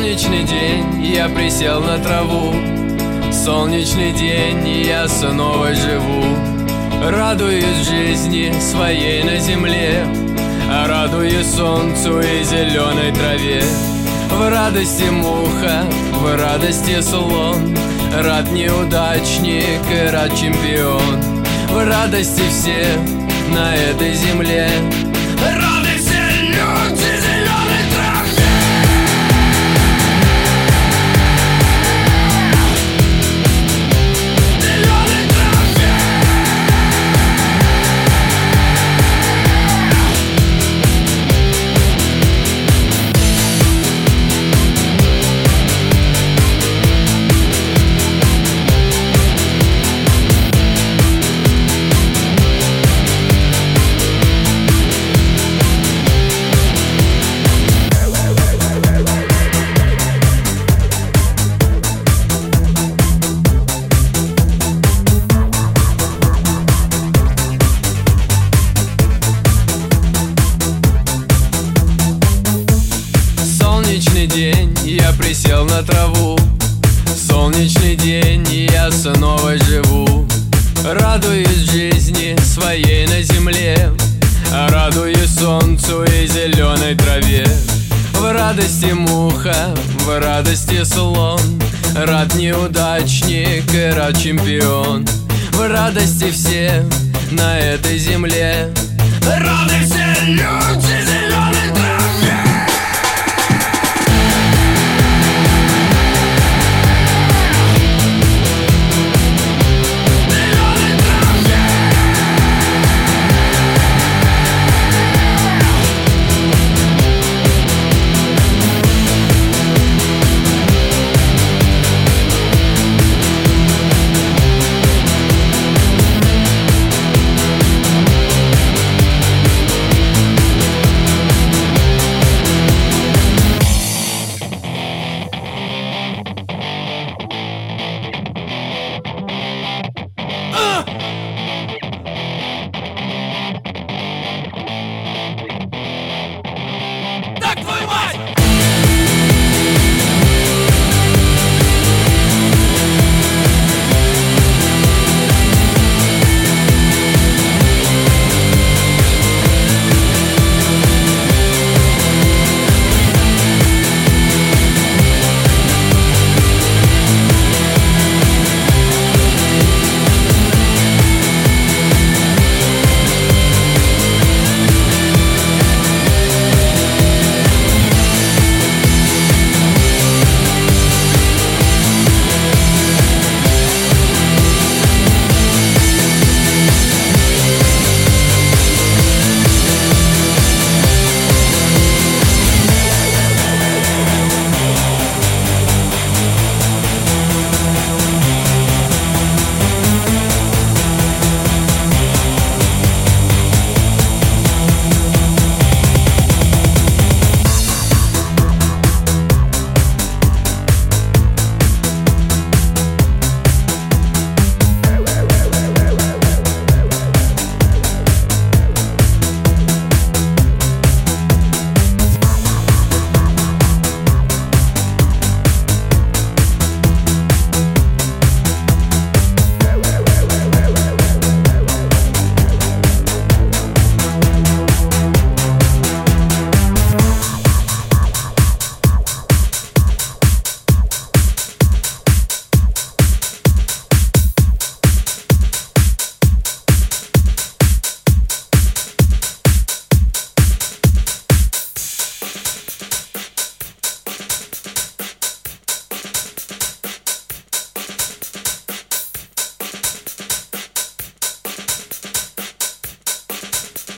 Солнечный день, я присел на траву. Солнечный день, я снова живу. Радуюсь жизни своей на земле, радуюсь солнцу и зеленой траве. В радости муха, в радости слон, рад неудачник и рад чемпион. В радости все на этой земле, рады все люди зеленой траве. Зеленой траве. Солнечный день, я присел на траву. Солнечный день, я снова живу. Радуюсь жизни своей на земле, радуюсь солнцу и зеленой траве. В радости муха, в радости слон, рад неудачник и рад чемпион. В радости все на этой земле, рады все люди зеленые.